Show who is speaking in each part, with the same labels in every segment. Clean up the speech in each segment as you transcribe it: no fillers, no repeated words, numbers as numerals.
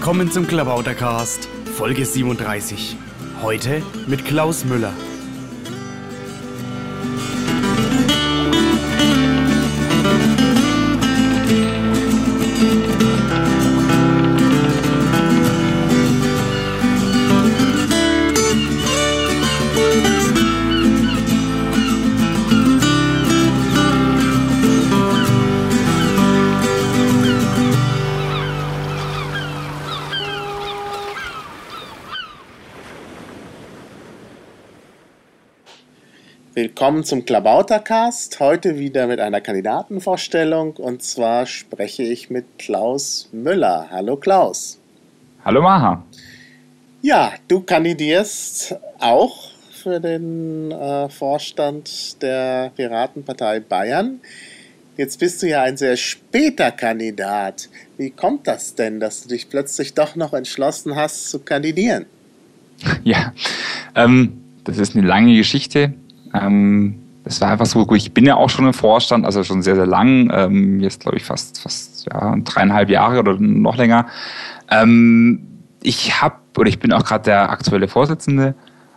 Speaker 1: Willkommen zum Klabautercast, Folge 37. Heute mit Klaus Müller.
Speaker 2: Willkommen zum Klabautercast, heute wieder mit einer Kandidatenvorstellung, und zwar spreche ich mit Klaus Müller. Hallo Klaus.
Speaker 3: Hallo Maha.
Speaker 2: Ja, du kandidierst auch für den Vorstand der Piratenpartei Bayern. Jetzt bist du ja ein sehr später Kandidat. Wie kommt das denn, dass du dich plötzlich doch noch entschlossen hast zu kandidieren?
Speaker 3: Ja, das ist eine lange Geschichte. Das war einfach so, ich bin ja auch schon im Vorstand, also schon sehr, sehr lang, jetzt glaube ich fast 3,5 Jahre oder noch länger. Ich bin auch gerade der aktuelle Vorsitzende,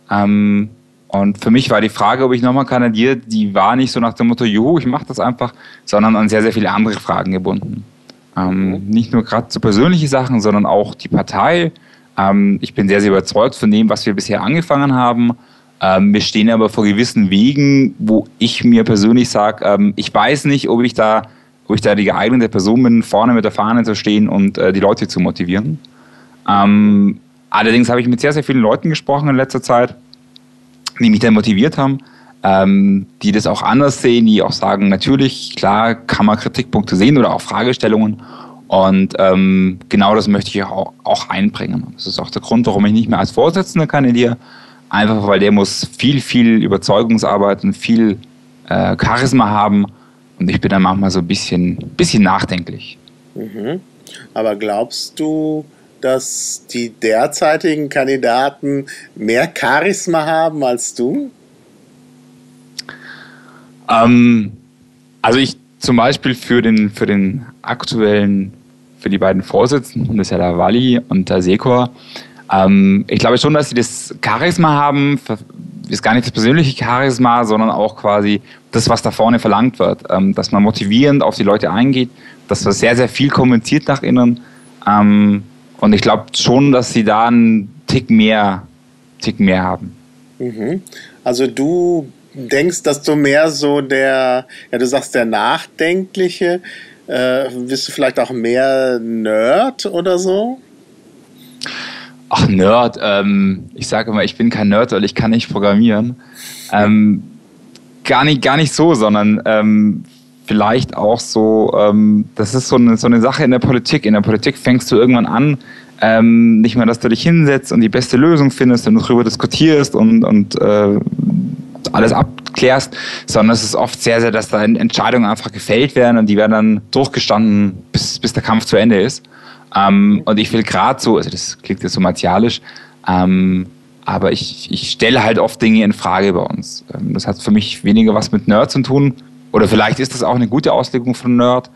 Speaker 3: und für mich war die Frage, ob ich nochmal kandidiere, die war nicht so nach dem Motto, juhu, ich mache das einfach, sondern an sehr, sehr viele andere Fragen gebunden. Nicht nur gerade so persönliche Sachen, sondern auch die Partei. Ich bin sehr, sehr überzeugt von dem, was wir bisher angefangen haben. Wir stehen aber vor gewissen Wegen, wo ich mir persönlich sage, ich weiß nicht, ob ich da die geeignete Person bin, vorne mit der Fahne zu stehen und die Leute zu motivieren. Allerdings habe ich mit sehr, sehr vielen Leuten gesprochen in letzter Zeit, die mich dann motiviert haben, die das auch anders sehen, die auch sagen, natürlich, klar, kann man Kritikpunkte sehen oder auch Fragestellungen. Und genau das möchte ich auch einbringen. Das ist auch der Grund, warum ich nicht mehr als Vorsitzender kandidiere. Einfach weil der muss viel Überzeugungsarbeit und viel Charisma haben. Und ich bin dann manchmal so ein bisschen nachdenklich.
Speaker 2: Mhm. Aber glaubst du, dass die derzeitigen Kandidaten mehr Charisma haben als du?
Speaker 3: Also ich zum Beispiel für die beiden Vorsitzenden, das ist ja der Walli und der Sekor, ich glaube schon, dass sie das Charisma haben, ist gar nicht das persönliche Charisma, sondern auch quasi das, was da vorne verlangt wird. Dass man motivierend auf die Leute eingeht, dass man sehr, sehr viel kommuniziert nach innen. Und ich glaube schon, dass sie da einen Tick mehr haben.
Speaker 2: Mhm. Also du denkst, dass du mehr so du sagst der Nachdenkliche, bist du vielleicht auch mehr Nerd oder so?
Speaker 3: Ach, Nerd. Ich sage immer, ich bin kein Nerd, weil ich kann nicht programmieren. Gar nicht so, sondern vielleicht auch so, das ist so eine Sache in der Politik. In der Politik fängst du irgendwann an, nicht mehr, dass du dich hinsetzt und die beste Lösung findest und darüber diskutierst und alles abklärst, sondern es ist oft sehr, sehr, dass da Entscheidungen einfach gefällt werden und die werden dann durchgestanden, bis der Kampf zu Ende ist. Und ich will gerade so, also das klingt jetzt so martialisch, aber ich stelle halt oft Dinge in Frage bei uns. Das hat für mich weniger was mit Nerd zu tun, oder vielleicht ist das auch eine gute Auslegung von Nerd,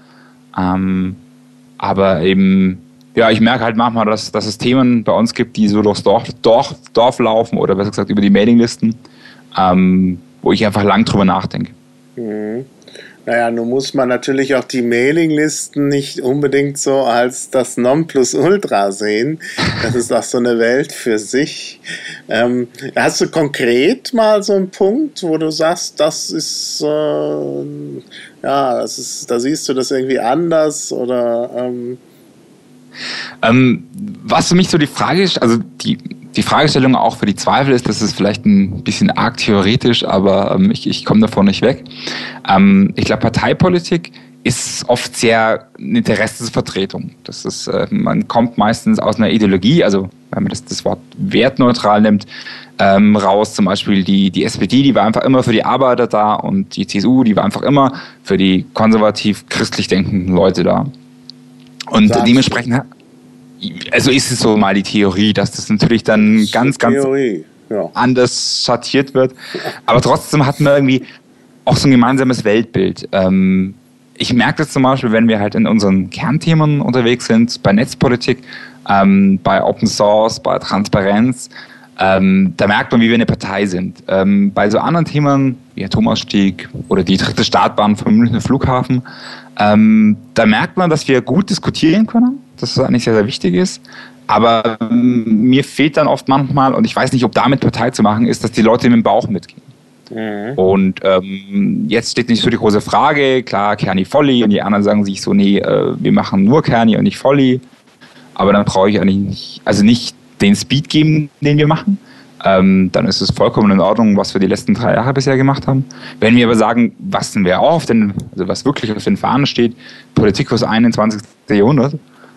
Speaker 3: aber eben, ja, ich merke halt manchmal, dass es Themen bei uns gibt, die so durchs Dorf laufen, oder besser gesagt über die Mailinglisten, wo ich einfach lang drüber nachdenke.
Speaker 2: Mhm. Naja, nun muss man natürlich auch die Mailinglisten nicht unbedingt so als das Nonplusultra sehen. Das ist auch so eine Welt für sich. Hast du konkret mal so einen Punkt, wo du sagst, da siehst du das irgendwie anders, oder?
Speaker 3: Was für mich so die Frage ist, also die Fragestellung auch für die Zweifel ist, das ist vielleicht ein bisschen arg theoretisch, aber ich komme davon nicht weg. Ich glaube, Parteipolitik ist oft sehr eine Interessensvertretung. Das ist, man kommt meistens aus einer Ideologie, also wenn man das Wort wertneutral nimmt, raus. Zum Beispiel die SPD, die war einfach immer für die Arbeiter da, und die CSU, die war einfach immer für die konservativ-christlich denkenden Leute da. Und dementsprechend, also ist es so mal die Theorie, dass das natürlich dann ganz anders schattiert wird. Aber trotzdem hat man irgendwie auch so ein gemeinsames Weltbild. ich merke das zum Beispiel, wenn wir halt in unseren Kernthemen unterwegs sind, bei Netzpolitik, bei Open Source, bei Transparenz, da merkt man, wie wir eine Partei sind. Bei so anderen Themen wie Atomausstieg oder die dritte Startbahn vom Münchner Flughafen, da merkt man, dass wir gut diskutieren können, dass das eigentlich sehr, sehr wichtig ist. Aber mir fehlt dann oft manchmal, und ich weiß nicht, ob damit Partei zu machen ist, dass die Leute mit dem Bauch mitgehen. Mhm. Und jetzt steht nicht so die große Frage, klar, Kerni Volli, und die anderen sagen sich so, nee, wir machen nur Kerni und nicht Volli. Aber dann brauche ich eigentlich nicht den Speed geben, den wir machen. Dann ist es vollkommen in Ordnung, was wir die letzten 3 Jahre bisher gemacht haben. Wenn wir aber sagen, was denn wir auch, also was wirklich auf den Fahnen steht, Politik fürs 21. Jahrhundert,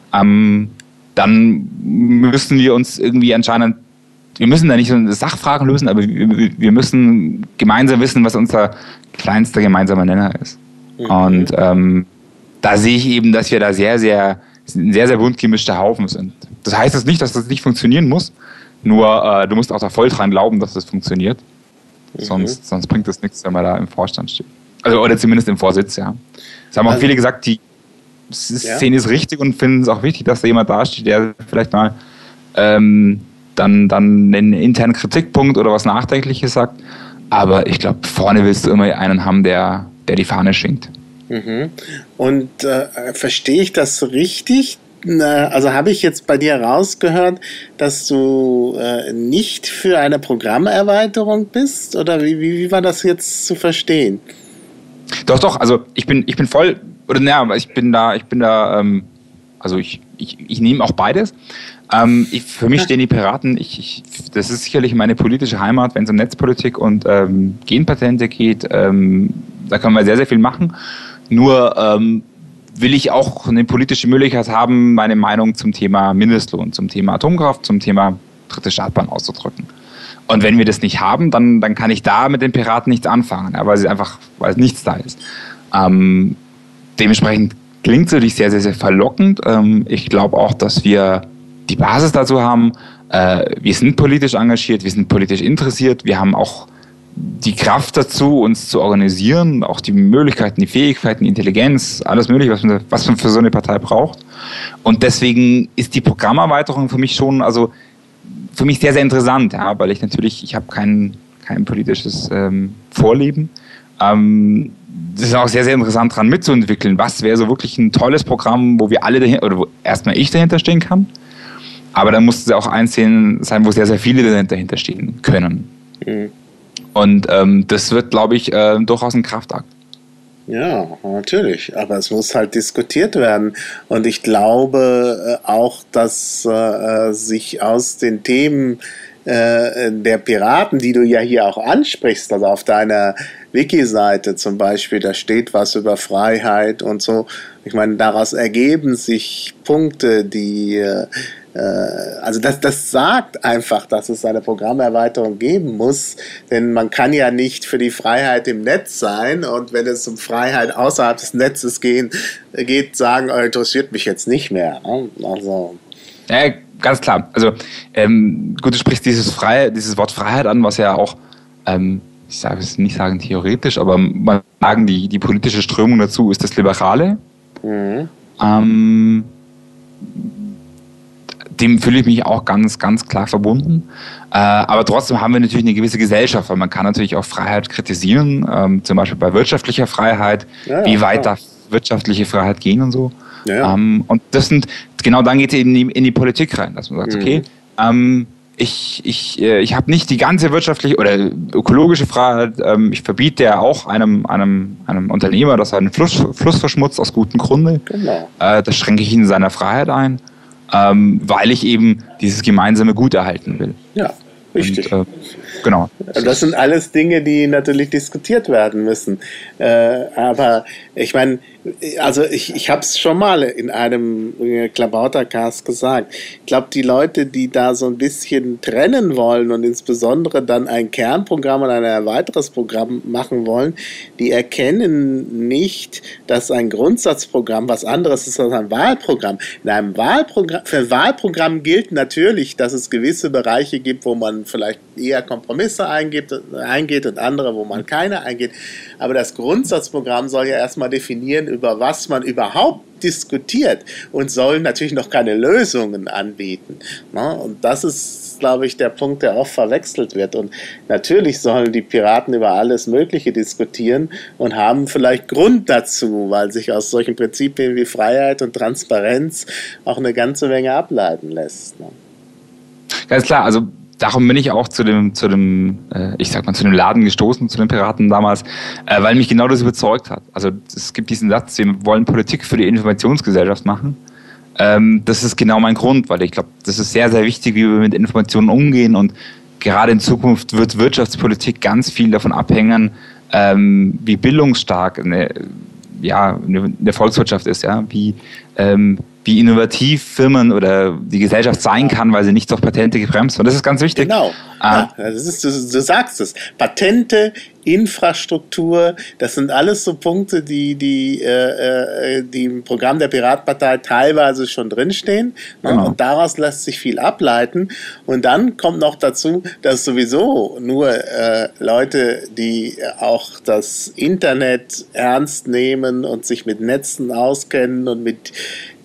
Speaker 3: dann müssen wir uns irgendwie anscheinend, wir müssen da nicht so Sachfragen lösen, aber wir müssen gemeinsam wissen, was unser kleinster gemeinsamer Nenner ist. Mhm. Und da sehe ich eben, dass wir da ein sehr, sehr bunt gemischter Haufen sind. Das heißt jetzt nicht, dass das nicht funktionieren muss, nur du musst auch da voll dran glauben, dass das funktioniert. Mhm. Sonst bringt das nichts, wenn man da im Vorstand steht. Also, oder zumindest im Vorsitz, ja. Es haben auch viele gesagt, die Szene ist richtig und finden es auch wichtig, dass da jemand dasteht, der vielleicht mal dann einen internen Kritikpunkt oder was Nachdenkliches sagt. Aber ich glaube, vorne willst du immer einen haben, der die Fahne schwingt.
Speaker 2: Mhm. Und verstehe ich das richtig? Also habe ich jetzt bei dir rausgehört, dass du nicht für eine Programmerweiterung bist? Oder wie war das jetzt zu verstehen?
Speaker 3: Doch, also ich bin voll, oder naja, ich bin da, also ich nehme auch beides. Für mich stehen die Piraten, das ist sicherlich meine politische Heimat, wenn es um Netzpolitik und Genpatente geht, da können wir sehr, sehr viel machen. Nur will ich auch eine politische Möglichkeit haben, meine Meinung zum Thema Mindestlohn, zum Thema Atomkraft, zum Thema dritte Startbahn auszudrücken. Und wenn wir das nicht haben, dann kann ich da mit den Piraten nichts anfangen, ja, weil nichts da ist. Dementsprechend klingt es natürlich sehr, sehr, sehr verlockend. Ich glaube auch, dass wir die Basis dazu haben. Wir sind politisch engagiert, wir sind politisch interessiert, wir haben auch die Kraft dazu, uns zu organisieren, auch die Möglichkeiten, die Fähigkeiten, die Intelligenz, alles Mögliche, was man für so eine Partei braucht. Und deswegen ist die Programmerweiterung für mich schon, also für mich sehr, sehr interessant, ja, weil ich habe kein politisches Vorleben. Das ist auch sehr, sehr interessant dran mitzuentwickeln. Was wäre so wirklich ein tolles Programm, wo wir alle dahinter, oder wo erstmal ich dahinter stehen kann. Aber dann muss es auch sein, wo sehr, sehr viele dahinter stehen können. Mhm. Und das wird, glaube ich, durchaus ein Kraftakt.
Speaker 2: Ja, natürlich. Aber es muss halt diskutiert werden. Und ich glaube auch, dass sich aus den Themen der Piraten, die du ja hier auch ansprichst, also auf deiner Wiki-Seite zum Beispiel, da steht was über Freiheit und so. Ich meine, daraus ergeben sich Punkte, die also das sagt einfach, dass es eine Programmerweiterung geben muss, denn man kann ja nicht für die Freiheit im Netz sein und wenn es um Freiheit außerhalb des Netzes geht, sagen, interessiert mich jetzt nicht mehr. Also
Speaker 3: ja, ganz klar. Also gut, du sprichst dieses Wort Freiheit an, was ja auch, ich sage es nicht sagen theoretisch, aber man sagen die politische Strömung dazu ist das Liberale. Mhm. Dem fühle ich mich auch ganz, ganz klar verbunden. Aber trotzdem haben wir natürlich eine gewisse Gesellschaft, weil man kann natürlich auch Freiheit kritisieren, zum Beispiel bei wirtschaftlicher Freiheit, wie weit darf wirtschaftliche Freiheit gehen und so. Ja. Und genau dann geht es eben in die Politik rein, dass man sagt, okay, ich habe nicht die ganze wirtschaftliche oder ökologische Freiheit, ich verbiete ja auch einem Unternehmer, dass er einen Fluss verschmutzt aus gutem Grunde. Genau. Das schränke ich in seiner Freiheit ein. Weil ich eben dieses gemeinsame Gut erhalten will.
Speaker 2: Ja, richtig.
Speaker 3: Und, genau.
Speaker 2: Das sind alles Dinge, die natürlich diskutiert werden müssen. Aber ich meine, also ich habe es schon mal in einem Klabautercast gesagt. Ich glaube, die Leute, die da so ein bisschen trennen wollen und insbesondere dann ein Kernprogramm und ein weiteres Programm machen wollen, die erkennen nicht, dass ein Grundsatzprogramm was anderes ist als ein Wahlprogramm. In einem Wahlprogramm, für ein Wahlprogramm gilt natürlich, dass es gewisse Bereiche gibt, wo man vielleicht eher Kompromisse Kompromisse eingeht und andere, wo man keine eingeht. Aber das Grundsatzprogramm soll ja erstmal definieren, über was man überhaupt diskutiert und soll natürlich noch keine Lösungen anbieten. Und das ist, glaube ich, der Punkt, der oft verwechselt wird. Und natürlich sollen die Piraten über alles Mögliche diskutieren und haben vielleicht Grund dazu, weil sich aus solchen Prinzipien wie Freiheit und Transparenz auch eine ganze Menge ableiten lässt.
Speaker 3: Ganz klar, also darum bin ich auch zu dem Laden gestoßen, zu den Piraten damals, weil mich genau das überzeugt hat. Also es gibt diesen Satz, wir wollen Politik für die Informationsgesellschaft machen. Das ist genau mein Grund, weil ich glaube, das ist sehr, sehr wichtig, wie wir mit Informationen umgehen, und gerade in Zukunft wird Wirtschaftspolitik ganz viel davon abhängen, wie bildungsstark eine Volkswirtschaft ist, ja, wie innovativ Firmen oder die Gesellschaft sein kann, weil sie nicht durch Patente gebremst wird. Das ist ganz wichtig.
Speaker 2: Genau. Ja, du sagst es. Patente, Infrastruktur, das sind alles so Punkte, die im Programm der Piratenpartei teilweise schon drinstehen. Genau. Und daraus lässt sich viel ableiten. Und dann kommt noch dazu, dass sowieso nur Leute, die auch das Internet ernst nehmen und sich mit Netzen auskennen und mit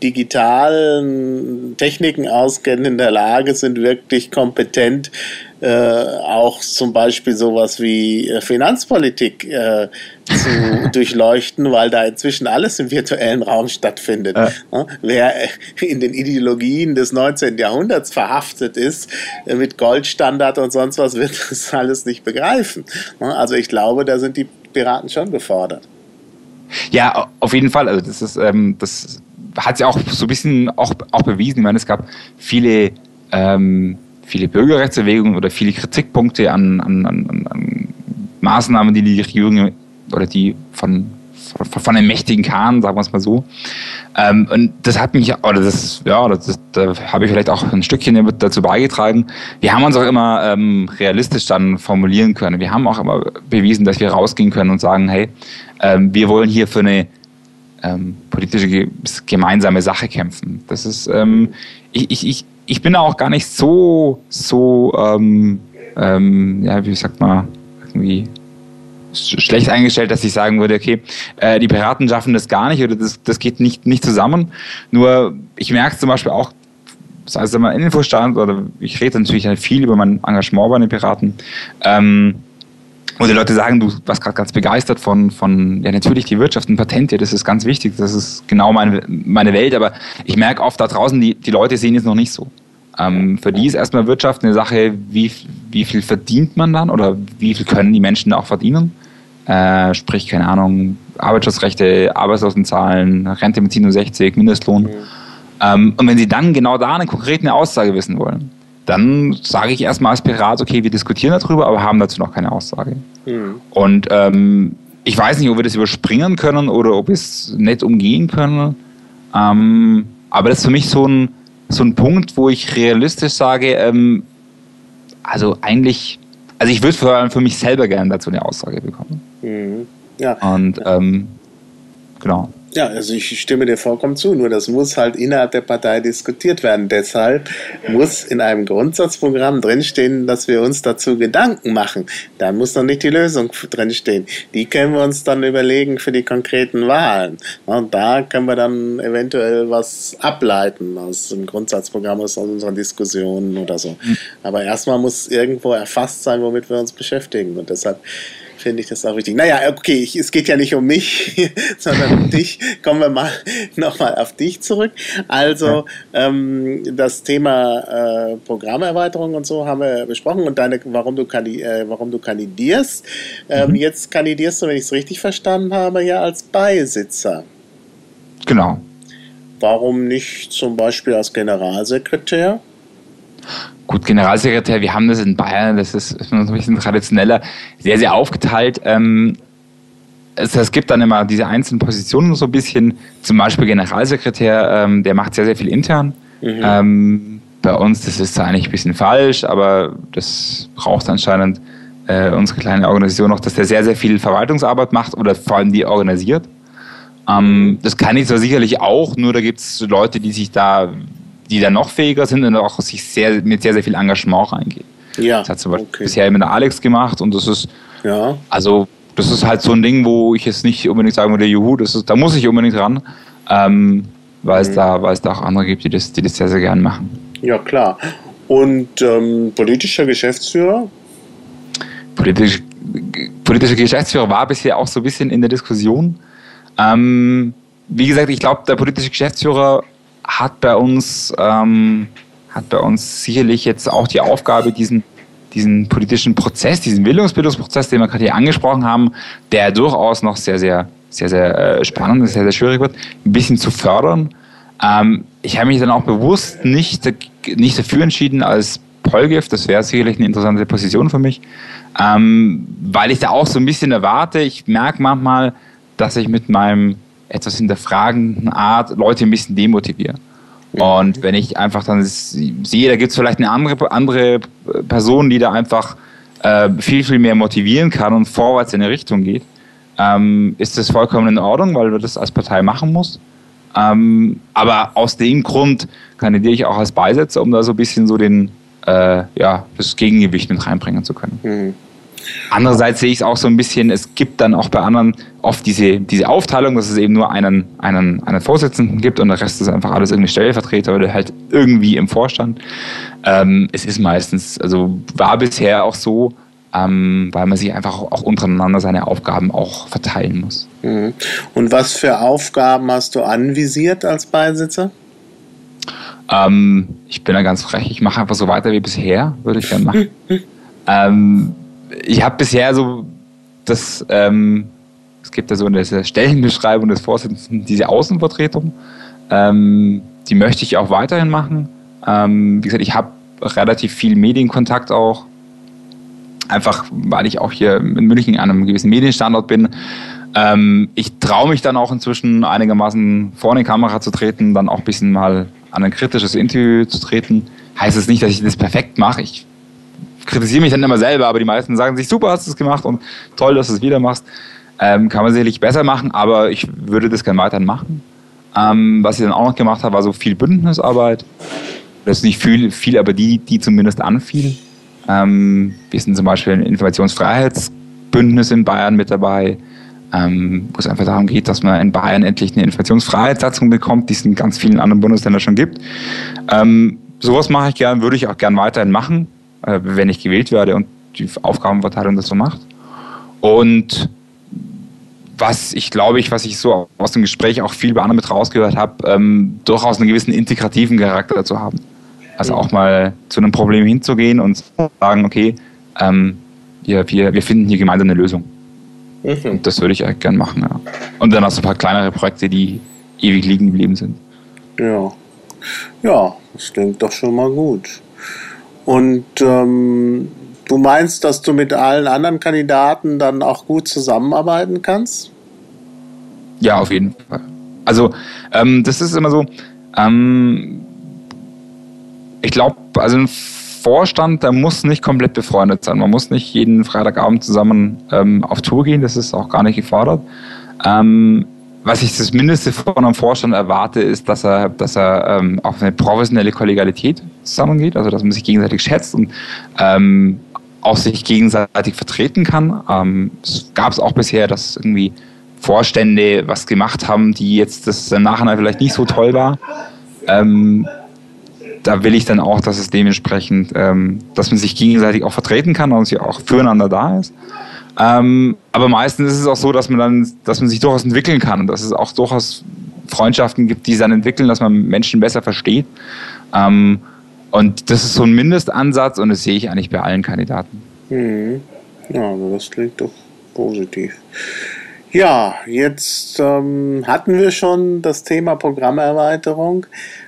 Speaker 2: digitalen Techniken auskennen, in der Lage sind, wirklich kompetent auch zum Beispiel sowas wie Finanzpolitik zu durchleuchten, weil da inzwischen alles im virtuellen Raum stattfindet. Ja. Wer in den Ideologien des 19. Jahrhunderts verhaftet ist, mit Goldstandard und sonst was, wird das alles nicht begreifen. Also ich glaube, da sind die Piraten schon gefordert.
Speaker 3: Ja, auf jeden Fall. Also das ist das hat sich auch so ein bisschen auch bewiesen. Ich meine, es gab viele Bürgerrechtsbewegungen oder viele Kritikpunkte an Maßnahmen, die die Regierung oder die von den mächtigen Kahn, sagen wir es mal so. Und das hat mich, da habe ich vielleicht auch ein Stückchen dazu beigetragen. Wir haben uns auch immer realistisch dann formulieren können. Wir haben auch immer bewiesen, dass wir rausgehen können und sagen, hey, wir wollen hier für eine politische gemeinsame Sache kämpfen. Das ist, ich bin da auch gar nicht so wie sagt man, irgendwie schlecht eingestellt, dass ich sagen würde, okay, die Piraten schaffen das gar nicht oder das geht nicht zusammen. Nur ich merke es zum Beispiel auch, also mein Infostand, oder ich rede natürlich viel über mein Engagement bei den Piraten, wo die Leute sagen, du warst gerade ganz begeistert von natürlich die Wirtschaft und Patente, das ist ganz wichtig, das ist genau meine Welt, aber ich merke oft da draußen, die Leute sehen es noch nicht so. Für die ist erstmal Wirtschaft eine Sache, wie viel verdient man dann oder wie viel können die Menschen auch verdienen? Sprich, keine Ahnung, Arbeitsschutzrechte, Arbeitslosenzahlen, Rente mit 67, Mindestlohn. Und wenn sie dann genau da eine konkrete Aussage wissen wollen, dann sage ich erstmal als Pirat, okay, wir diskutieren darüber, aber haben dazu noch keine Aussage. Und ich weiß nicht, ob wir das überspringen können oder ob wir es nicht umgehen können. Aber das ist für mich so ein Punkt, wo ich realistisch sage, ich würde vor allem für mich selber gerne dazu eine Aussage bekommen.
Speaker 2: Ja.
Speaker 3: Und genau.
Speaker 2: Ja, also ich stimme dir vollkommen zu, nur das muss halt innerhalb der Partei diskutiert werden. Deshalb muss in einem Grundsatzprogramm drinstehen, dass wir uns dazu Gedanken machen. Da muss noch nicht die Lösung drinstehen. Die können wir uns dann überlegen für die konkreten Wahlen. Und da können wir dann eventuell was ableiten aus dem Grundsatzprogramm, aus unseren Diskussionen oder so. Aber erstmal muss irgendwo erfasst sein, womit wir uns beschäftigen. Und deshalb finde ich das auch wichtig. Naja, okay, es geht ja nicht um mich, sondern um dich. Kommen wir mal nochmal auf dich zurück. Also das Thema Programmerweiterung und so haben wir besprochen und warum du kandidierst. Jetzt kandidierst du, wenn ich es richtig verstanden habe, ja als Beisitzer.
Speaker 3: Genau.
Speaker 2: Warum nicht zum Beispiel als Generalsekretär?
Speaker 3: Gut, Generalsekretär, wir haben das in Bayern, das ist ein bisschen traditioneller, sehr, sehr aufgeteilt. Es gibt dann immer diese einzelnen Positionen so ein bisschen, zum Beispiel Generalsekretär, der macht sehr, sehr viel intern. Bei uns, das ist eigentlich ein bisschen falsch, aber das braucht anscheinend unsere kleine Organisation noch, dass der sehr, sehr viel Verwaltungsarbeit macht oder vor allem die organisiert. Das kann ich zwar sicherlich auch, nur da gibt es Leute, die da noch fähiger sind und auch sich mit sehr, sehr viel Engagement reingehen.
Speaker 2: Ja,
Speaker 3: das hat zum Beispiel bisher immer der Alex gemacht und das ist, also das ist halt so ein Ding, wo ich jetzt nicht unbedingt sagen würde, juhu, da muss ich unbedingt ran, weil es da auch andere gibt, die das sehr, sehr gern machen.
Speaker 2: Ja, klar. Und politischer Geschäftsführer?
Speaker 3: Politischer Geschäftsführer war bisher auch so ein bisschen in der Diskussion. Wie gesagt, ich glaube, der politische Geschäftsführer hat bei uns sicherlich jetzt auch die Aufgabe, diesen politischen Prozess, diesen Willensbildungsprozess, den wir gerade hier angesprochen haben, der durchaus noch sehr, sehr, sehr, sehr spannend und sehr, sehr schwierig wird, ein bisschen zu fördern. Ich habe mich dann auch bewusst nicht dafür entschieden als Polgift, das wäre sicherlich eine interessante Position für mich, weil ich da auch so ein bisschen erwarte, ich merke manchmal, dass ich mit meinem etwas hinterfragenden Art Leute ein bisschen demotiviere. Und wenn ich einfach dann sehe, da gibt es vielleicht eine andere Person, die da einfach viel, viel mehr motivieren kann und vorwärts in eine Richtung geht, ist das vollkommen in Ordnung, weil wir das als Partei machen muss. Aber aus dem Grund kandidiere ich auch als Beisitzer, um da so ein bisschen so das Gegengewicht mit reinbringen zu können. Mhm. Andererseits sehe ich es auch so ein bisschen, es gibt dann auch bei anderen oft diese Aufteilung, dass es eben nur einen Vorsitzenden gibt und der Rest ist einfach alles irgendwie Stellvertreter oder halt irgendwie im Vorstand. Es ist meistens, also war bisher auch so, weil man sich einfach auch untereinander seine Aufgaben auch verteilen muss.
Speaker 2: Mhm. Und was für Aufgaben hast du anvisiert als Beisitzer?
Speaker 3: Ich bin da ganz frech, ich mache einfach so weiter wie bisher, würde ich gerne machen. Ich habe bisher so es gibt ja so eine Stellenbeschreibung des Vorsitzenden, diese Außenvertretung, die möchte ich auch weiterhin machen. Wie gesagt, ich habe relativ viel Medienkontakt auch, einfach weil ich auch hier in München an einem gewissen Medienstandort bin. Ich traue mich dann auch inzwischen einigermaßen vor eine Kamera zu treten, dann auch ein bisschen mal an ein kritisches Interview zu treten. Heißt es nicht, dass ich das perfekt mache. Ich kritisiere mich dann immer selber, aber die meisten sagen sich, super, hast du es gemacht und toll, dass du es wieder machst. Kann man sicherlich besser machen, aber ich würde das gerne weiterhin machen. Was ich dann auch noch gemacht habe, war so viel Bündnisarbeit. Das ist nicht viel, aber die zumindest anfiel. Wir sind zum Beispiel ein Informationsfreiheitsbündnis in Bayern mit dabei, wo es einfach darum geht, dass man in Bayern endlich eine Informationsfreiheitssatzung bekommt, die es in ganz vielen anderen Bundesländern schon gibt. Sowas mache ich gern, würde ich auch gern weiterhin machen, wenn ich gewählt werde und die Aufgabenverteilung das so macht. Und was ich so aus dem Gespräch auch viel bei anderen mit rausgehört habe, durchaus einen gewissen integrativen Charakter zu haben. Also auch mal zu einem Problem hinzugehen und sagen, okay, wir finden hier gemeinsam eine Lösung. Mhm. Und das würde ich echt gern machen. Ja. Und dann auch so ein paar kleinere Projekte, die ewig liegen geblieben sind.
Speaker 2: Ja, das klingt doch schon mal gut. Und du meinst, dass du mit allen anderen Kandidaten dann auch gut zusammenarbeiten kannst?
Speaker 3: Ja, auf jeden Fall. Also das ist immer so, ich glaube, also ein Vorstand, der muss nicht komplett befreundet sein. Man muss nicht jeden Freitagabend zusammen auf Tour gehen, das ist auch gar nicht gefordert. Was ich das Mindeste von einem Vorstand erwarte, ist, dass er auf eine professionelle Kollegialität zusammengeht, also dass man sich gegenseitig schätzt und auch sich gegenseitig vertreten kann. Es gab es auch bisher, dass irgendwie Vorstände was gemacht haben, die jetzt das im Nachhinein vielleicht nicht so toll war. Da will ich dann auch, dass es dementsprechend, dass man sich gegenseitig auch vertreten kann und sie auch füreinander da ist. Aber meistens ist es auch so, dass man sich durchaus entwickeln kann und dass es auch durchaus Freundschaften gibt, die sich dann entwickeln, dass man Menschen besser versteht. Und das ist so ein Mindestansatz und das sehe ich eigentlich bei allen Kandidaten.
Speaker 2: Mhm. Ja, das klingt doch positiv. Ja, jetzt hatten wir schon das Thema Programmerweiterung.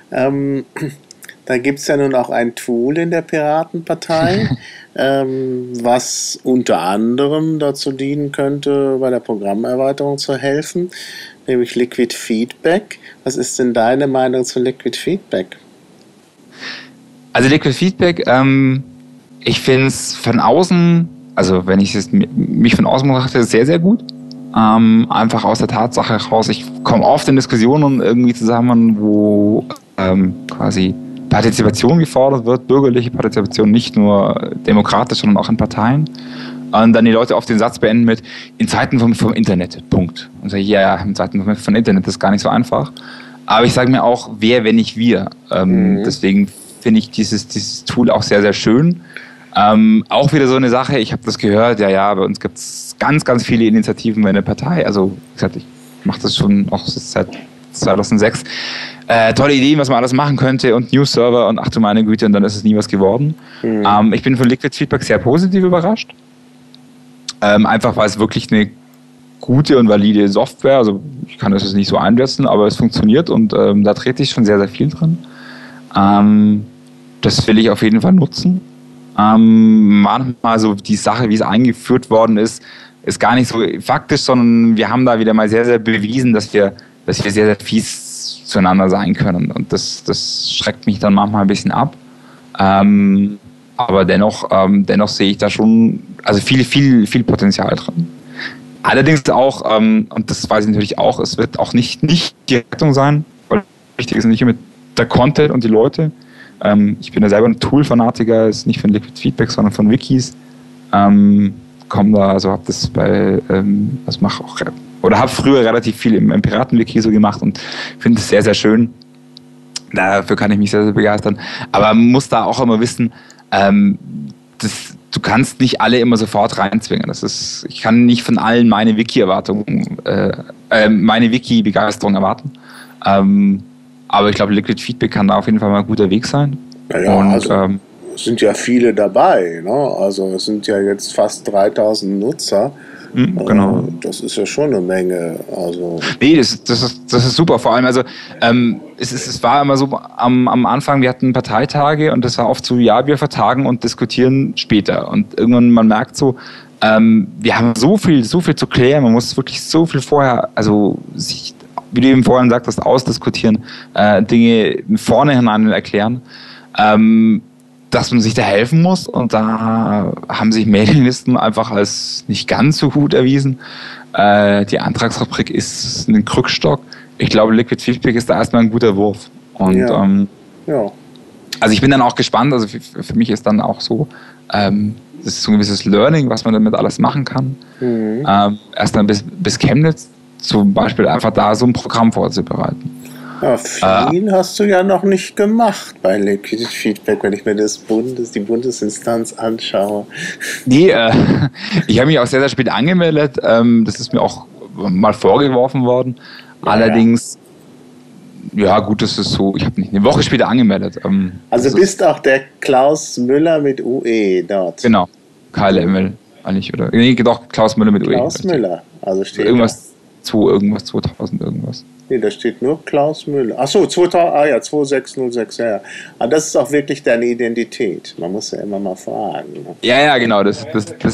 Speaker 2: Da gibt es ja nun auch ein Tool in der Piratenpartei, was unter anderem dazu dienen könnte, bei der Programmerweiterung zu helfen, nämlich Liquid Feedback. Was ist denn deine Meinung zu Liquid Feedback?
Speaker 3: Also Liquid Feedback, ich finde es von außen, also wenn ich mich von außen betrachte, sehr, sehr gut. Einfach aus der Tatsache heraus, ich komme oft in Diskussionen irgendwie zusammen, wo quasi Partizipation gefordert wird, bürgerliche Partizipation, nicht nur demokratisch, sondern auch in Parteien. Und dann die Leute oft den Satz beenden mit, in Zeiten vom Internet, Punkt. Und sage ich, ja, in Zeiten vom Internet, das ist gar nicht so einfach. Aber ich sage mir auch, wer, wenn nicht wir. Deswegen finde ich dieses Tool auch sehr, sehr schön. Auch wieder so eine Sache, ich habe das gehört, ja, bei uns gibt es ganz, ganz viele Initiativen bei einer Partei. Also, wie gesagt, ich mache das schon auch seit 2006. Tolle Ideen, was man alles machen könnte und News-Server und ach du meine Güte, und dann ist es nie was geworden. Ich bin von Liquid Feedback sehr positiv überrascht. Einfach weil es wirklich eine gute und valide Software, also ich kann das jetzt nicht so einsetzen, aber es funktioniert und da trete ich schon sehr, sehr viel drin. Das will ich auf jeden Fall nutzen. Manchmal so die Sache, wie es eingeführt worden ist gar nicht so faktisch, sondern wir haben da wieder mal sehr, sehr bewiesen, dass wir sehr, sehr fies zueinander sein können und das schreckt mich dann manchmal ein bisschen ab. Aber dennoch sehe ich da schon also viel Potenzial drin. Allerdings auch, und das weiß ich natürlich auch, es wird auch nicht die Rettung sein, weil wichtig ist nicht immer der Content und die Leute. Ich bin ja selber ein Tool-Fanatiker, ist nicht von Liquid Feedback, sondern von Wikis. Komme da, also habe das habe früher relativ viel im Piraten-Wiki so gemacht und finde es sehr, sehr schön. Dafür kann ich mich sehr, sehr begeistern. Aber man muss da auch immer wissen, du kannst nicht alle immer sofort reinzwingen. Ich kann nicht von allen meine Wiki-Begeisterung erwarten. Aber ich glaube, Liquid Feedback kann da auf jeden Fall mal ein guter Weg sein.
Speaker 2: Naja, und es sind ja viele dabei, ne? Also es sind ja jetzt fast 3000 Nutzer.
Speaker 3: Genau.
Speaker 2: Das ist ja schon eine Menge. Also
Speaker 3: nee, das ist super. Vor allem, also es war immer so am Anfang, wir hatten Parteitage und das war oft so, ja, wir vertagen und diskutieren später. Und irgendwann, man merkt so, wir haben so viel zu klären, man muss wirklich so viel vorher, also sich, wie du eben vorhin sagtest, ausdiskutieren, Dinge vorne hinein erklären, dass man sich da helfen muss und da haben sich Mailinglisten einfach als nicht ganz so gut erwiesen. Die Antragsrubrik ist ein Krückstock. Ich glaube, Liquid Feedback ist da erstmal ein guter Wurf. Und also ich bin dann auch gespannt, also für mich ist dann auch so, das ist so ein gewisses Learning, was man damit alles machen kann. Erst dann bis Chemnitz zum Beispiel einfach da so ein Programm vorzubereiten.
Speaker 2: Ja, viel hast du ja noch nicht gemacht bei Liquid Feedback, wenn ich mir die Bundesinstanz anschaue.
Speaker 3: Nee, ich habe mich auch sehr, sehr spät angemeldet. Das ist mir auch mal vorgeworfen worden. Allerdings, ja gut, das ist so, ich habe mich eine Woche später angemeldet.
Speaker 2: Also bist auch der Klaus Müller mit UE dort?
Speaker 3: Genau, KLML eigentlich, oder? Nee, doch, Klaus Müller mit UE.
Speaker 2: Klaus Müller, also steht
Speaker 3: irgendwas 2000 irgendwas.
Speaker 2: Nee, da steht nur Klaus Müller. Achso, 2606, ja. Aber das ist auch wirklich deine Identität. Man muss ja immer mal fragen. Ne?
Speaker 3: Ja, genau. Das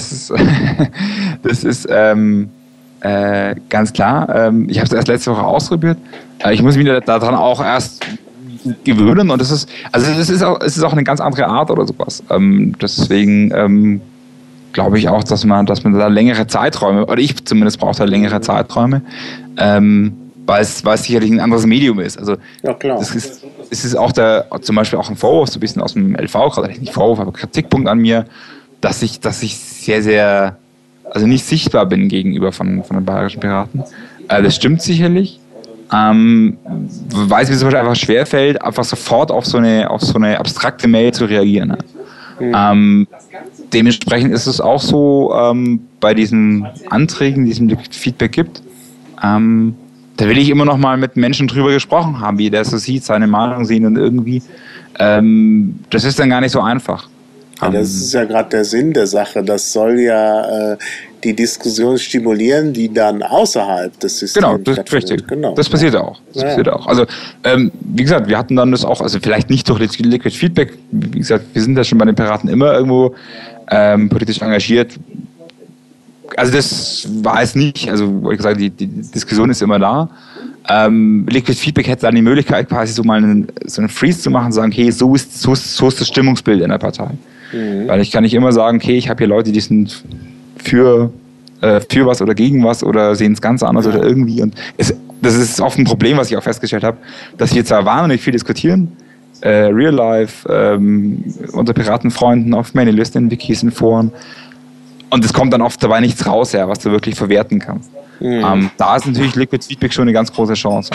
Speaker 3: ist ganz klar. Ich habe es erst letzte Woche ausprobiert. Ich muss mich daran auch erst gewöhnen und es ist auch eine ganz andere Art oder sowas. Deswegen glaube ich auch, dass man da längere Zeiträume, oder ich zumindest brauche da längere Zeiträume, weil es sicherlich ein anderes Medium ist. Also
Speaker 2: ja, klar.
Speaker 3: Es ist auch zum Beispiel auch ein Vorwurf, so ein bisschen aus dem LV, gerade nicht Vorwurf, aber Kritikpunkt an mir, dass ich sehr, sehr, also nicht sichtbar bin gegenüber von den bayerischen Piraten. Das stimmt sicherlich. Weil es mir zum Beispiel einfach schwerfällt, einfach sofort auf so eine abstrakte Mail zu reagieren. Dementsprechend ist es auch so, bei diesen Anträgen, die es im Feedback gibt, da will ich immer noch mal mit Menschen drüber gesprochen haben, wie der so sieht, seine Meinung sehen und irgendwie, das ist dann gar nicht so einfach.
Speaker 2: Ja, das ist ja gerade der Sinn der Sache. Das soll ja die Diskussion stimulieren, die dann außerhalb des Systems
Speaker 3: stattfindet. Genau, das ist richtig.
Speaker 2: Genau.
Speaker 3: Das passiert auch. Passiert auch. Also, wie gesagt, wir hatten dann das auch, also vielleicht nicht durch Liquid Feedback, wie gesagt, wir sind ja schon bei den Piraten immer irgendwo politisch engagiert. Also das war es nicht, also wie gesagt, die Diskussion ist immer da. Liquid Feedback hätte dann die Möglichkeit, quasi so mal einen Freeze zu machen und sagen, okay, so ist das Stimmungsbild in der Partei. Weil ich kann nicht immer sagen, okay, ich habe hier Leute, die sind für was oder gegen was oder sehen es ganz anders oder irgendwie. Und das ist oft ein Problem, was ich auch festgestellt habe, dass wir zwar wahnsinnig viel diskutieren, Real Life, unter Piratenfreunden, auf Mailinglisten, in Wikis, in Foren. Und es kommt dann oft dabei nichts raus, ja, was du wirklich verwerten kannst. Da ist natürlich Liquid Feedback schon eine ganz große Chance.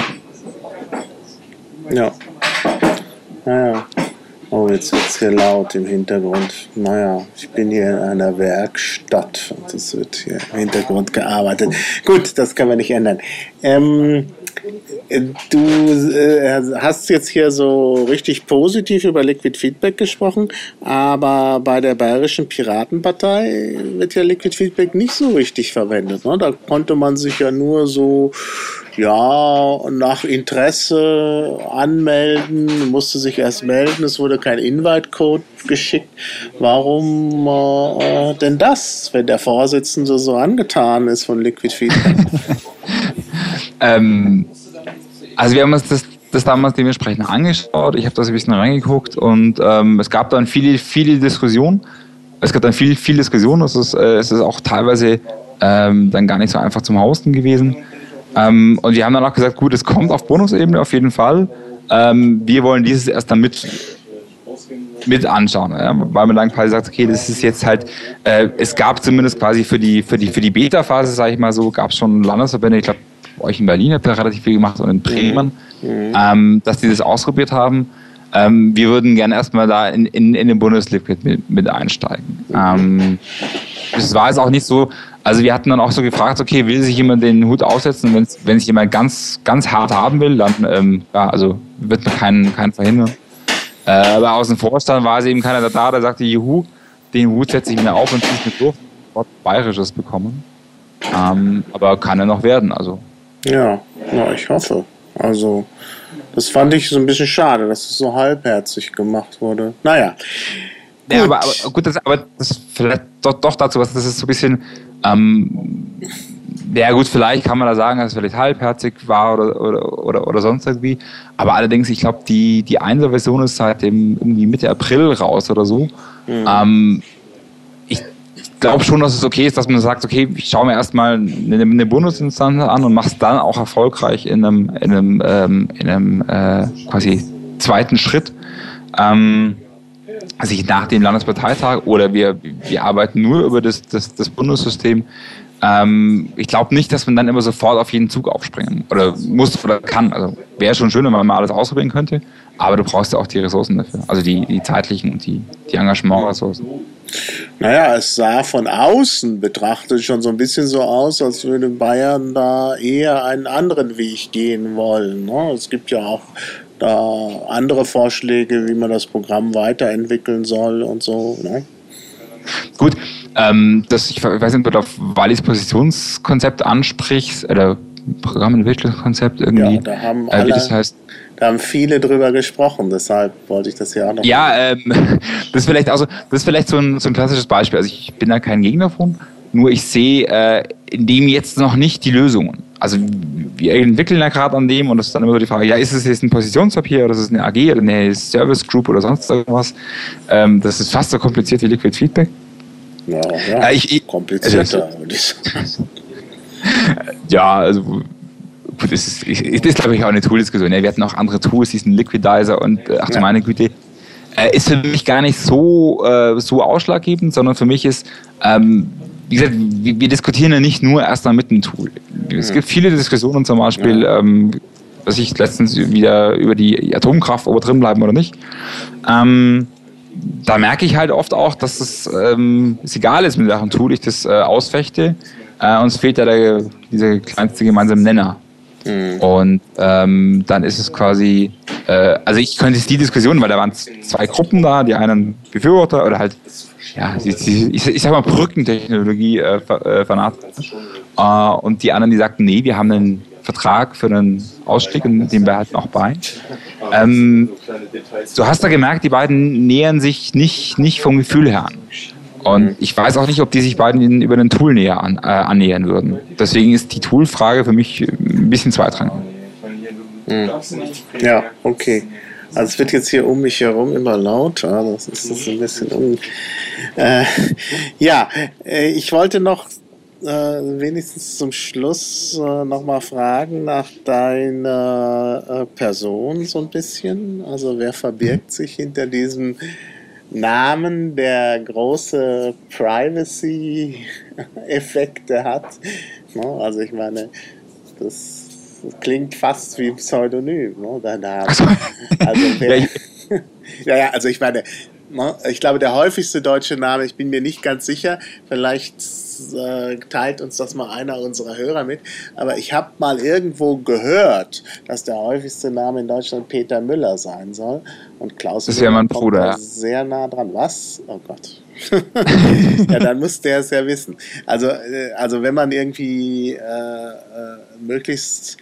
Speaker 2: Ja. Naja. Oh, jetzt wird es hier laut im Hintergrund. Naja, ich bin hier in einer Werkstatt und es wird hier im Hintergrund gearbeitet. Gut, das können wir nicht ändern. Du hast jetzt hier so richtig positiv über Liquid Feedback gesprochen, aber bei der Bayerischen Piratenpartei wird ja Liquid Feedback nicht so richtig verwendet. Ne? Da konnte man sich ja nur so nach Interesse anmelden, musste sich erst melden, es wurde kein Invite-Code geschickt. Warum denn das, wenn der Vorsitzende so angetan ist von Liquid Feedback?
Speaker 3: Also wir haben uns das damals dementsprechend angeschaut. Ich habe das ein bisschen reingeguckt und es gab dann viele Diskussionen. Es gab dann viel Diskussionen. Es ist auch teilweise dann gar nicht so einfach zum Hosten gewesen. Und wir haben dann auch gesagt, gut, es kommt auf Bonusebene auf jeden Fall. Wir wollen dieses erst dann mit anschauen, ja? Weil man dann quasi sagt, okay, das ist jetzt halt, es gab zumindest quasi für die Beta-Phase, sage ich mal so, gab es schon Landesverbände, ich glaube, bei euch in Berlin habt ihr relativ viel gemacht und in Bremen, dass die das ausprobiert haben. Wir würden gerne erstmal da in den Bundesliquid mit einsteigen. Das war jetzt auch nicht so, also wir hatten dann auch so gefragt, okay, will sich jemand den Hut aufsetzen? Wenn sich jemand ganz hart haben will, dann also wird man keinen verhindern. Aber aus dem Vorstand war es eben keiner da, der sagte, juhu, den Hut setze ich mir auf und ziehe es mir durch, Wort Bayerisches bekommen. Aber kann er noch werden, also.
Speaker 2: Ja, ich hoffe. Also, das fand ich so ein bisschen schade, dass es so halbherzig gemacht wurde. Naja. Gut.
Speaker 3: Ja, aber das vielleicht doch dazu was, das ist so ein bisschen, ja gut, vielleicht kann man da sagen, dass es vielleicht halbherzig war oder sonst irgendwie. Aber allerdings, ich glaube, die 1er-Version ist seit dem irgendwie Mitte April raus oder so. Ich glaube schon, dass es okay ist, dass man sagt, okay, ich schaue mir erstmal eine Bundesinstanz an und mache es dann auch erfolgreich in einem quasi zweiten Schritt. Also nach dem Landesparteitag oder wir arbeiten nur über das Bundessystem. Ich glaube nicht, dass man dann immer sofort auf jeden Zug aufspringen oder muss oder kann. Also wäre schon schön, wenn man mal alles ausprobieren könnte, aber du brauchst ja auch die Ressourcen dafür, also die zeitlichen und die Engagement-Ressourcen.
Speaker 2: Naja, es sah von außen betrachtet schon so ein bisschen so aus, als würde Bayern da eher einen anderen Weg gehen wollen. Ne? Es gibt ja auch da andere Vorschläge, wie man das Programm weiterentwickeln soll und so. Ne?
Speaker 3: Gut, ich weiß nicht, ob du auf Wallis Positionskonzept ansprichst oder Programmentwicklungskonzept irgendwie.
Speaker 2: Ja, da haben alle,
Speaker 3: wie das heißt.
Speaker 2: Da haben viele drüber gesprochen, deshalb wollte ich das ja auch noch.
Speaker 3: Ja, das ist vielleicht so ein klassisches Beispiel. Also ich bin da kein Gegner von, nur ich sehe in dem jetzt noch nicht die Lösungen. Also wir entwickeln ja gerade an dem und das ist dann immer so die Frage, ja, ist es jetzt ein Positionspapier oder ist es eine AG oder eine Service Group oder sonst irgendwas? Das ist fast so kompliziert wie Liquid Feedback.
Speaker 2: Ja, komplizierter, würde ich sagen.
Speaker 3: Ja, also gut, das ist glaube ich auch eine Tool-Diskussion. Ja, wir hatten auch andere Tools, diesen Liquidizer und ach du meine Güte, ist für mich gar nicht so ausschlaggebend, sondern für mich ist, wie gesagt, wir diskutieren ja nicht nur erstmal mit dem Tool. Es gibt viele Diskussionen zum Beispiel, was ich letztens wieder über die Atomkraft, ob wir drin bleiben oder nicht. Da merke ich halt oft auch, dass es egal ist, mit welchem Tool ich das ausfechte. Uns fehlt ja dieser kleinste gemeinsame Nenner. Und dann ist es quasi, also ich könnte jetzt die Diskussion, weil da waren zwei Gruppen da, die einen Befürworter oder halt, ja, ich sag mal Brückentechnologie fanatisch. Und die anderen, die sagten, nee, wir haben einen Vertrag für einen Ausstieg und den behalten auch bei. Du hast da gemerkt, die beiden nähern sich nicht vom Gefühl her an. Und ich weiß auch nicht, ob die sich beiden über ein Tool annähern würden. Deswegen ist die Tool-Frage für mich ein bisschen zweitrangig.
Speaker 2: Ja, okay. Also es wird jetzt hier um mich herum immer lauter. Das ist ein bisschen ich wollte noch wenigstens zum Schluss nochmal fragen nach deiner Person so ein bisschen. Also wer verbirgt sich hinter diesem Namen, der große Privacy-Effekte hat? No, also ich meine, das klingt fast wie ein Pseudonym, no, dein Name. Also wer, ja, also ich meine, ich glaube, der häufigste deutsche Name, ich bin mir nicht ganz sicher, vielleicht teilt uns das mal einer unserer Hörer mit, aber ich habe mal irgendwo gehört, dass der häufigste Name in Deutschland Peter Müller sein soll. Und Klaus
Speaker 3: das wäre mein
Speaker 2: kommt
Speaker 3: Bruder, ja.
Speaker 2: Sehr nah dran. Was? Oh Gott. Ja, dann muss der es ja wissen. Also wenn man irgendwie möglichst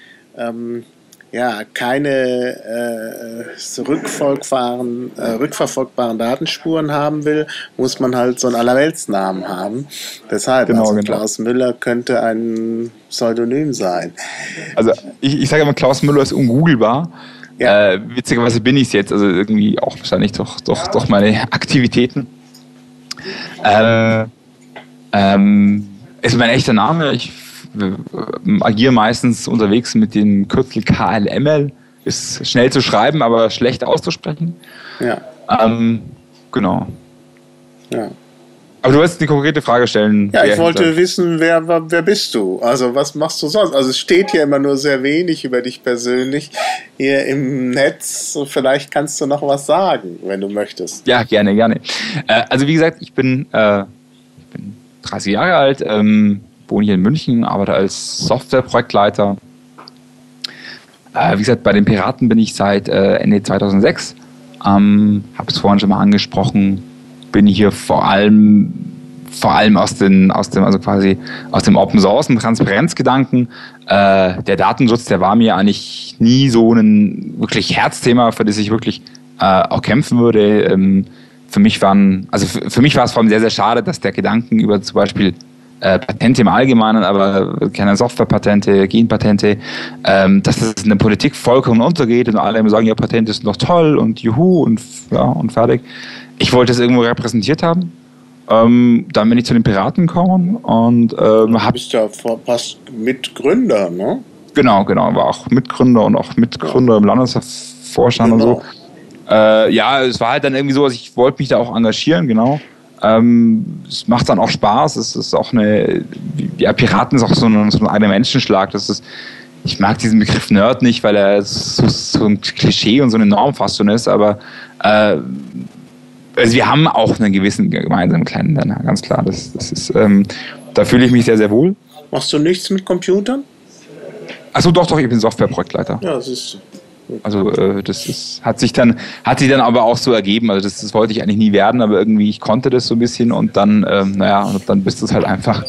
Speaker 2: keine rückverfolgbaren Datenspuren haben will, muss man halt so einen Allerweltsnamen haben. Deshalb, genau. Klaus Müller könnte ein Pseudonym sein.
Speaker 3: Also ich sage immer, Klaus Müller ist ungoogelbar. Ja. Witzigerweise bin ich es jetzt, also irgendwie auch wahrscheinlich durch meine Aktivitäten. Ist mein echter Name. Ich agiere meistens unterwegs mit dem Kürzel KLML. Ist schnell zu schreiben, aber schlecht auszusprechen.
Speaker 2: Ja.
Speaker 3: Genau.
Speaker 2: Ja.
Speaker 3: Aber du wolltest eine konkrete Frage stellen.
Speaker 2: Ja, ich wollte wissen, wer bist du? Also was machst du sonst? Also es steht hier immer nur sehr wenig über dich persönlich hier im Netz. Vielleicht kannst du noch was sagen, wenn du möchtest.
Speaker 3: Ja, gerne. Also wie gesagt, ich bin 30 Jahre alt, wohne hier in München, arbeite als Softwareprojektleiter. Wie gesagt, bei den Piraten bin ich seit Ende 2006. Habe es vorhin schon mal angesprochen, bin hier vor allem aus dem Open Source und Transparenzgedanken. Der Datenschutz, der war mir eigentlich nie so ein wirklich Herzthema, für das ich wirklich auch kämpfen würde. Für mich war es vor allem sehr, sehr schade, dass der Gedanken über zum Beispiel Patente im Allgemeinen, aber keine Softwarepatente, Genpatente, dass das in der Politik vollkommen untergeht und alle immer sagen, ja, Patente sind doch toll und juhu und fertig. Ich wollte es irgendwo repräsentiert haben. Dann bin ich zu den Piraten gekommen und
Speaker 2: du bist ja fast Mitgründer, ne? Genau,
Speaker 3: war auch Mitgründer und auch Mitgründer im Landesvorstand und so. Es war halt dann irgendwie so, also ich wollte mich da auch engagieren, genau. Es macht dann auch Spaß. Es ist auch Piraten ist auch so ein eigener Menschenschlag. Ich mag diesen Begriff Nerd nicht, weil er so ein Klischee und so eine Normfassung ist, aber also wir haben auch einen gewissen gemeinsamen kleinen Nenner, ganz klar. Das ist, da fühle ich mich sehr, sehr wohl.
Speaker 2: Machst du nichts mit Computern?
Speaker 3: Achso, doch, ich bin Softwareprojektleiter.
Speaker 2: Ja, das ist.
Speaker 3: Also hat sich dann aber auch so ergeben. Also das wollte ich eigentlich nie werden, aber irgendwie ich konnte das so ein bisschen und dann und dann bist du es halt einfach.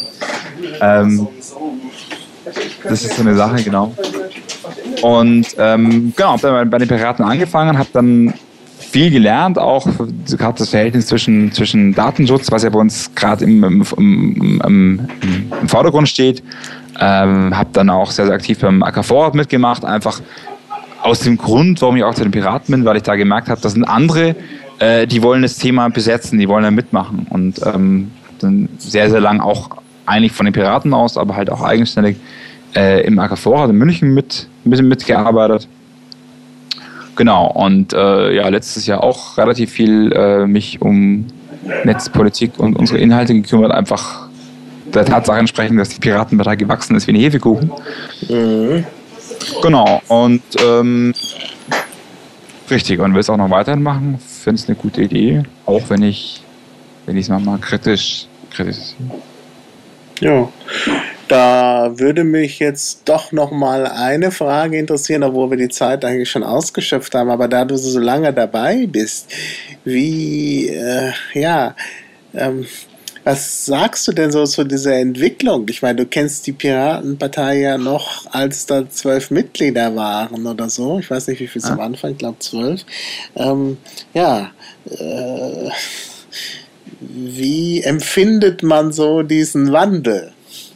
Speaker 3: Das ist so eine Sache, genau. Und habe dann bei den Piraten angefangen, habe dann viel gelernt, auch gerade das Verhältnis zwischen Datenschutz, was ja bei uns gerade im Vordergrund steht. Habe dann auch sehr, sehr aktiv beim AKV mitgemacht, einfach aus dem Grund, warum ich auch zu den Piraten bin, weil ich da gemerkt habe, das sind andere, die wollen das Thema besetzen, die wollen da mitmachen. Und dann sehr, sehr lang auch eigentlich von den Piraten aus, aber halt auch eigenständig im AKV, in München ein bisschen mitgearbeitet. Genau, und letztes Jahr auch relativ viel mich um Netzpolitik und unsere Inhalte gekümmert, einfach der Tatsache entsprechend, dass die Piratenpartei gewachsen ist wie ein Hefekuchen. Mhm. Genau, und richtig, und will es auch noch weiterhin machen, finde es eine gute Idee, auch wenn ich es mal kritisch sehe.
Speaker 2: Ja, da würde mich jetzt doch noch mal eine Frage interessieren, obwohl wir die Zeit eigentlich schon ausgeschöpft haben, aber da du so lange dabei bist, was sagst du denn so zu dieser Entwicklung? Ich meine, du kennst die Piratenpartei ja noch, als da 12 Mitglieder waren oder so. Ich weiß nicht, wie viel es am Anfang, ich glaube 12. Wie empfindet man so diesen Wandel?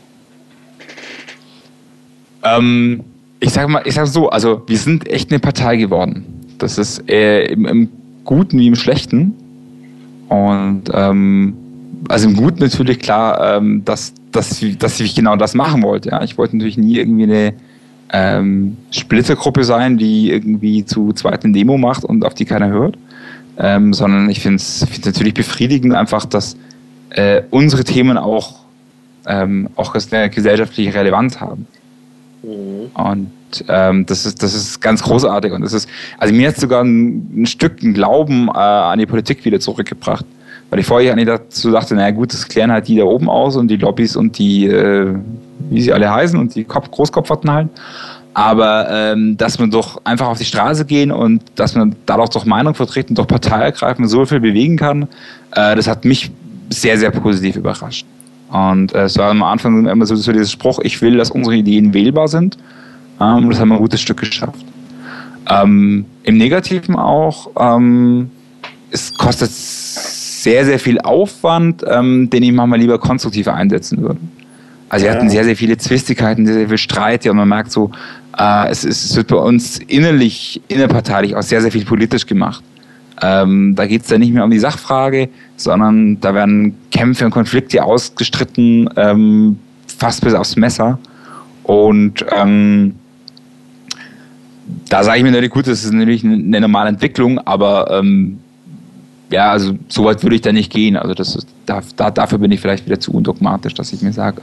Speaker 3: Ich sag so, also wir sind echt eine Partei geworden. Das ist im Guten wie im Schlechten. Und also im Guten natürlich klar, dass ich genau das machen wollte. Ja. Ich wollte natürlich nie irgendwie eine Splittergruppe sein, die irgendwie zu zweit eine Demo macht und auf die keiner hört. Sondern ich finde es natürlich befriedigend einfach, dass unsere Themen auch eine gesellschaftliche Relevanz haben. Und das ist ganz großartig. Und also mir hat sogar ein Stück Glauben an die Politik wieder zurückgebracht. Weil ich vorher eigentlich dazu dachte, naja gut, das klären halt die da oben aus und die Lobbys und die, wie sie alle heißen und die Großkopferten halt. Aber dass man doch einfach auf die Straße gehen und dass man dadurch doch Meinung vertreten, doch Partei ergreifen, so viel bewegen kann, das hat mich sehr, sehr positiv überrascht. Und es war am Anfang immer so dieser Spruch, ich will, dass unsere Ideen wählbar sind. Und das haben wir ein gutes Stück geschafft. Im Negativen auch, es kostet sehr, sehr viel Aufwand, den ich manchmal lieber konstruktiv einsetzen würde. Also wir hatten sehr, sehr viele Zwistigkeiten, sehr, sehr viel Streit, und man merkt so, es wird bei uns innerparteilich auch sehr, sehr viel politisch gemacht. Da geht es dann nicht mehr um die Sachfrage, sondern da werden Kämpfe und Konflikte ausgestritten, fast bis aufs Messer. Und da sage ich mir natürlich, gut, das ist natürlich eine normale Entwicklung, aber also so weit würde ich da nicht gehen. Also dafür bin ich vielleicht wieder zu undogmatisch, dass ich mir sage,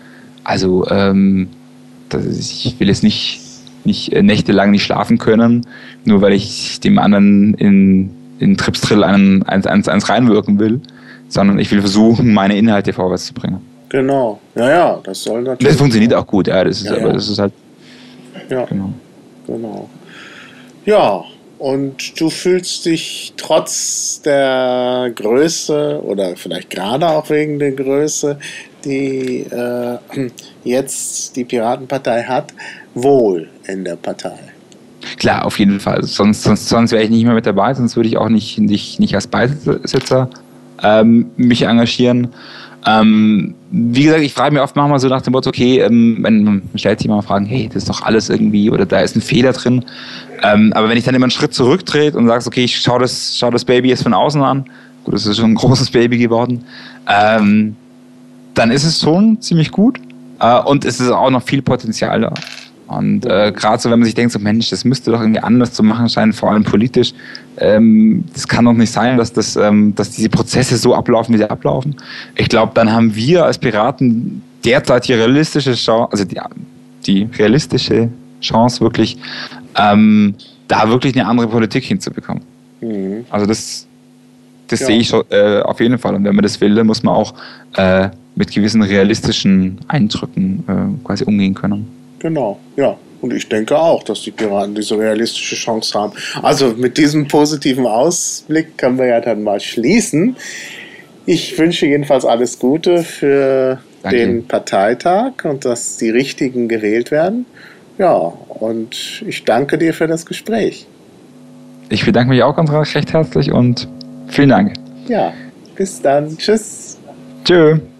Speaker 3: ich will jetzt nicht nächtelang nicht schlafen können, nur weil ich dem anderen in Tripsdrill eins reinwirken will, sondern ich will versuchen, meine Inhalte vorwärts zu bringen.
Speaker 2: Genau, ja, das soll natürlich...
Speaker 3: Das funktioniert auch gut, ja, das ist halt...
Speaker 2: Ja, genau. Ja, und du fühlst dich trotz der Größe oder vielleicht gerade auch wegen der Größe, die jetzt die Piratenpartei hat, wohl in der Partei?
Speaker 3: Klar, auf jeden Fall. Sonst wäre ich nicht mehr mit dabei, sonst würde ich auch nicht als Beisitzer mich engagieren. Wie gesagt, ich frage mich oft manchmal so nach dem Motto, okay, man stellt sich mal Fragen, hey, das ist doch alles irgendwie, oder da ist ein Fehler drin. Aber wenn ich dann immer einen Schritt zurücktrete und sage, okay, ich schau das Baby jetzt von außen an, gut, das ist schon ein großes Baby geworden, dann ist es schon ziemlich gut und es ist auch noch viel Potenzial da. Und gerade so, wenn man sich denkt, so Mensch, das müsste doch irgendwie anders zu machen scheinen, vor allem politisch. Das kann doch nicht sein, dass diese Prozesse so ablaufen, wie sie ablaufen. Ich glaube, dann haben wir als Piraten derzeit die realistische Chance, also die realistische Chance wirklich, da wirklich eine andere Politik hinzubekommen. Mhm. Also das sehe ich schon, auf jeden Fall. Und wenn man das will, dann muss man auch mit gewissen realistischen Eindrücken quasi umgehen können.
Speaker 2: Genau, ja. Und ich denke auch, dass die Piraten diese realistische Chance haben. Also mit diesem positiven Ausblick können wir ja dann mal schließen. Ich wünsche jedenfalls alles Gute für den Parteitag und dass die Richtigen gewählt werden. Ja, und ich danke dir für das Gespräch.
Speaker 3: Ich bedanke mich auch ganz recht herzlich und vielen Dank.
Speaker 2: Ja, bis dann. Tschüss.
Speaker 3: Tschö.